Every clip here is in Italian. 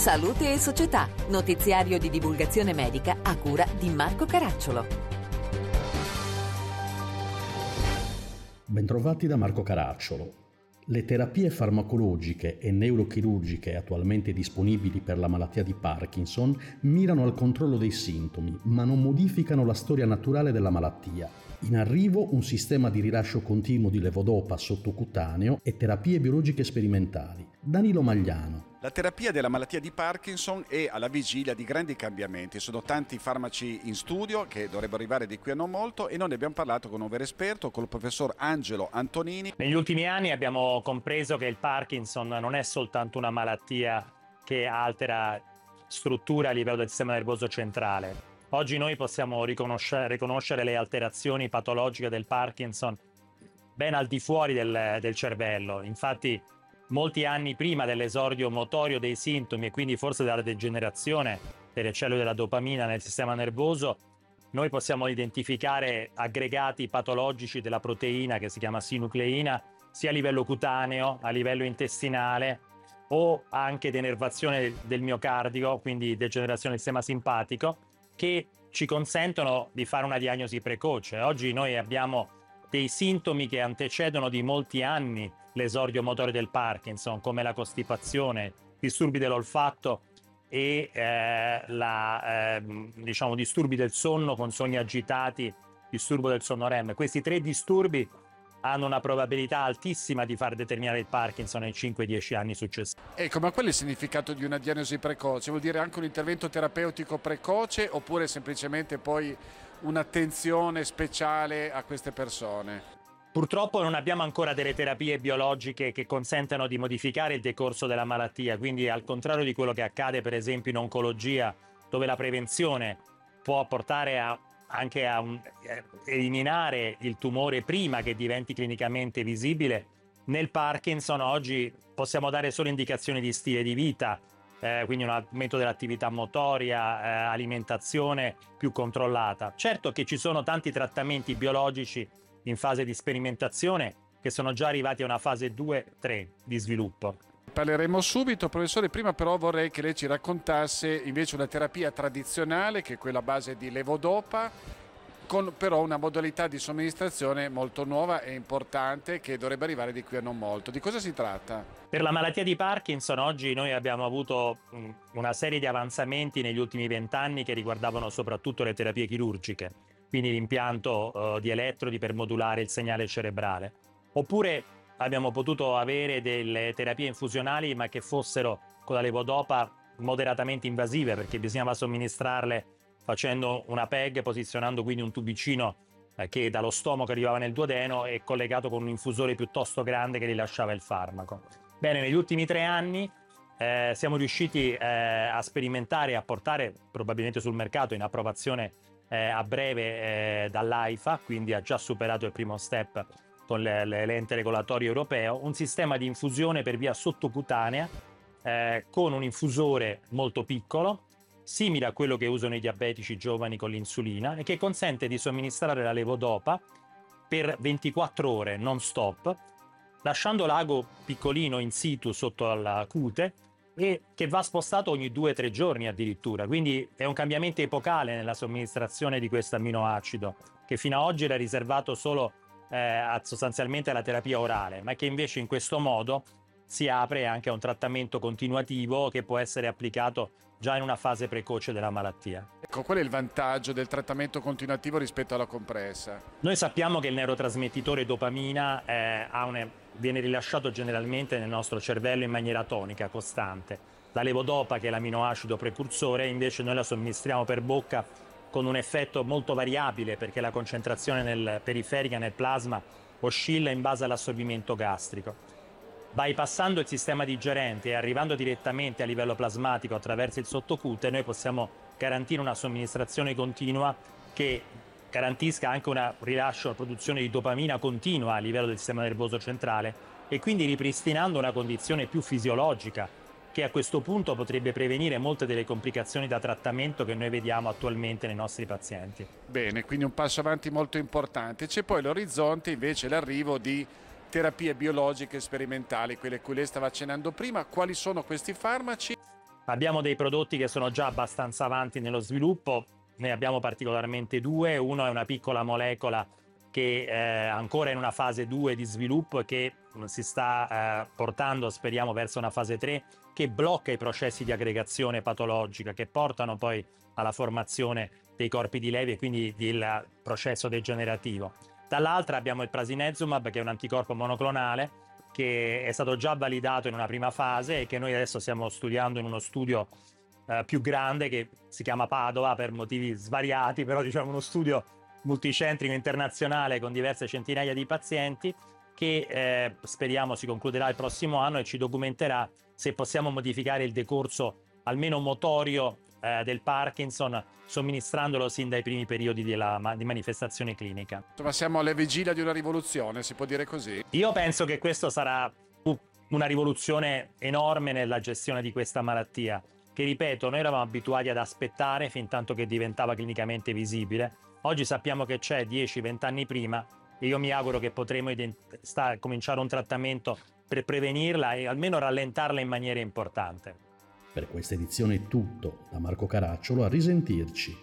Salute e Società, notiziario di divulgazione medica a cura di Marco Caracciolo. Bentrovati da Marco Caracciolo. Le terapie farmacologiche e neurochirurgiche attualmente disponibili per la malattia di Parkinson mirano al controllo dei sintomi, ma non modificano la storia naturale della malattia. In arrivo un sistema di rilascio continuo di levodopa sottocutaneo e terapie biologiche sperimentali. Danilo Magliano. La terapia della malattia di Parkinson è alla vigilia di grandi cambiamenti. Sono tanti farmaci in studio che dovrebbero arrivare di qui a non molto e noi ne abbiamo parlato con un vero esperto, con il professor Angelo Antonini. Negli ultimi anni abbiamo compreso che il Parkinson non è soltanto una malattia che altera strutture a livello del sistema nervoso centrale. Oggi noi possiamo riconoscere le alterazioni patologiche del Parkinson ben al di fuori del cervello. Infatti, molti anni prima dell'esordio motorio dei sintomi e quindi forse della degenerazione delle cellule della dopamina nel sistema nervoso, noi possiamo identificare aggregati patologici della proteina che si chiama sinucleina, sia a livello cutaneo, a livello intestinale o anche denervazione del miocardio, quindi degenerazione del sistema simpatico, che ci consentono di fare una diagnosi precoce. Oggi noi abbiamo dei sintomi che antecedono di molti anni l'esordio motorio del Parkinson, come la costipazione, disturbi dell'olfatto e disturbi del sonno con sogni agitati, disturbo del sonno REM. Questi tre disturbi hanno una probabilità altissima di far determinare il Parkinson nei 5-10 anni successivi. Ecco, ma qual è il significato di una diagnosi precoce? Vuol dire anche un intervento terapeutico precoce oppure semplicemente poi un'attenzione speciale a queste persone? Purtroppo non abbiamo ancora delle terapie biologiche che consentano di modificare il decorso della malattia, quindi al contrario di quello che accade per esempio in oncologia, dove la prevenzione può portare anche a eliminare il tumore prima che diventi clinicamente visibile, nel Parkinson oggi possiamo dare solo indicazioni di stile di vita, quindi un aumento dell'attività motoria, alimentazione più controllata. Certo che ci sono tanti trattamenti biologici in fase di sperimentazione che sono già arrivati a una fase 2-3 di sviluppo. Parleremo subito, professore, prima però vorrei che lei ci raccontasse invece una terapia tradizionale che è quella a base di levodopa, con però una modalità di somministrazione molto nuova e importante che dovrebbe arrivare di qui a non molto. Di cosa si tratta? Per la malattia di Parkinson oggi noi abbiamo avuto una serie di avanzamenti negli ultimi 20 anni che riguardavano soprattutto le terapie chirurgiche, quindi l'impianto di elettrodi per modulare il segnale cerebrale. Oppure abbiamo potuto avere delle terapie infusionali ma che fossero con la levodopa moderatamente invasive, perché bisognava somministrarle facendo una PEG, posizionando quindi un tubicino che dallo stomaco arrivava nel duodeno e collegato con un infusore piuttosto grande che rilasciava il farmaco. Bene, negli ultimi 3 anni siamo riusciti a sperimentare e a portare probabilmente sul mercato in approvazione a breve dall'AIFA, quindi ha già superato il primo step con l'ente regolatorio europeo, un sistema di infusione per via sottocutanea con un infusore molto piccolo, simile a quello che usano i diabetici giovani con l'insulina e che consente di somministrare la levodopa per 24 ore non stop, lasciando l'ago piccolino in situ sotto alla cute e che va spostato ogni 2-3 giorni addirittura. Quindi è un cambiamento epocale nella somministrazione di questo amminoacido che fino ad oggi era riservato solo sostanzialmente alla terapia orale, ma che invece in questo modo si apre anche a un trattamento continuativo che può essere applicato già in una fase precoce della malattia. Ecco, qual è il vantaggio del trattamento continuativo rispetto alla compressa? Noi sappiamo che il neurotrasmettitore dopamina viene rilasciato generalmente nel nostro cervello in maniera tonica, costante. La levodopa, che è l'amminoacido precursore, invece noi la somministriamo per bocca con un effetto molto variabile perché la concentrazione periferica nel plasma oscilla in base all'assorbimento gastrico. Bypassando il sistema digerente e arrivando direttamente a livello plasmatico attraverso il sottocute, noi possiamo garantire una somministrazione continua che garantisca anche una rilascio, una produzione di dopamina continua a livello del sistema nervoso centrale e quindi ripristinando una condizione più fisiologica che a questo punto potrebbe prevenire molte delle complicazioni da trattamento che noi vediamo attualmente nei nostri pazienti. Bene, quindi un passo avanti molto importante. C'è poi l'orizzonte invece, l'arrivo di terapie biologiche sperimentali, quelle a cui lei stava accennando prima. Quali sono questi farmaci? Abbiamo dei prodotti che sono già abbastanza avanti nello sviluppo, ne abbiamo particolarmente due. Uno è una piccola molecola che è ancora in una fase 2 di sviluppo e che si sta portando, speriamo, verso una fase 3, che blocca i processi di aggregazione patologica che portano poi alla formazione dei corpi di Levi e quindi del processo degenerativo. Dall'altra abbiamo il prasinezumab, che è un anticorpo monoclonale che è stato già validato in una prima fase e che noi adesso stiamo studiando in uno studio più grande che si chiama Padova per motivi svariati, però diciamo uno studio multicentrico internazionale con diverse centinaia di pazienti che speriamo si concluderà il prossimo anno e ci documenterà se possiamo modificare il decorso almeno motorio del Parkinson, somministrandolo sin dai primi periodi di manifestazione clinica. Insomma, siamo alle vigilia di una rivoluzione, si può dire così? Io penso che questo sarà una rivoluzione enorme nella gestione di questa malattia, che ripeto, noi eravamo abituati ad aspettare fin tanto che diventava clinicamente visibile. Oggi sappiamo che c'è 10-20 anni prima e io mi auguro che potremo cominciare un trattamento per prevenirla e almeno rallentarla in maniera importante. Per questa edizione è tutto. Da Marco Caracciolo, a risentirci.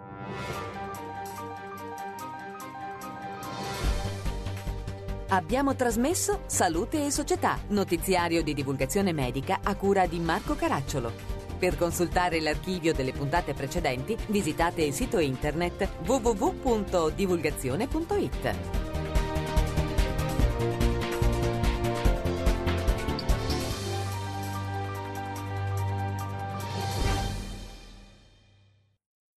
Abbiamo trasmesso Salute e Società, notiziario di divulgazione medica a cura di Marco Caracciolo. Per consultare l'archivio delle puntate precedenti, visitate il sito internet www.divulgazione.it.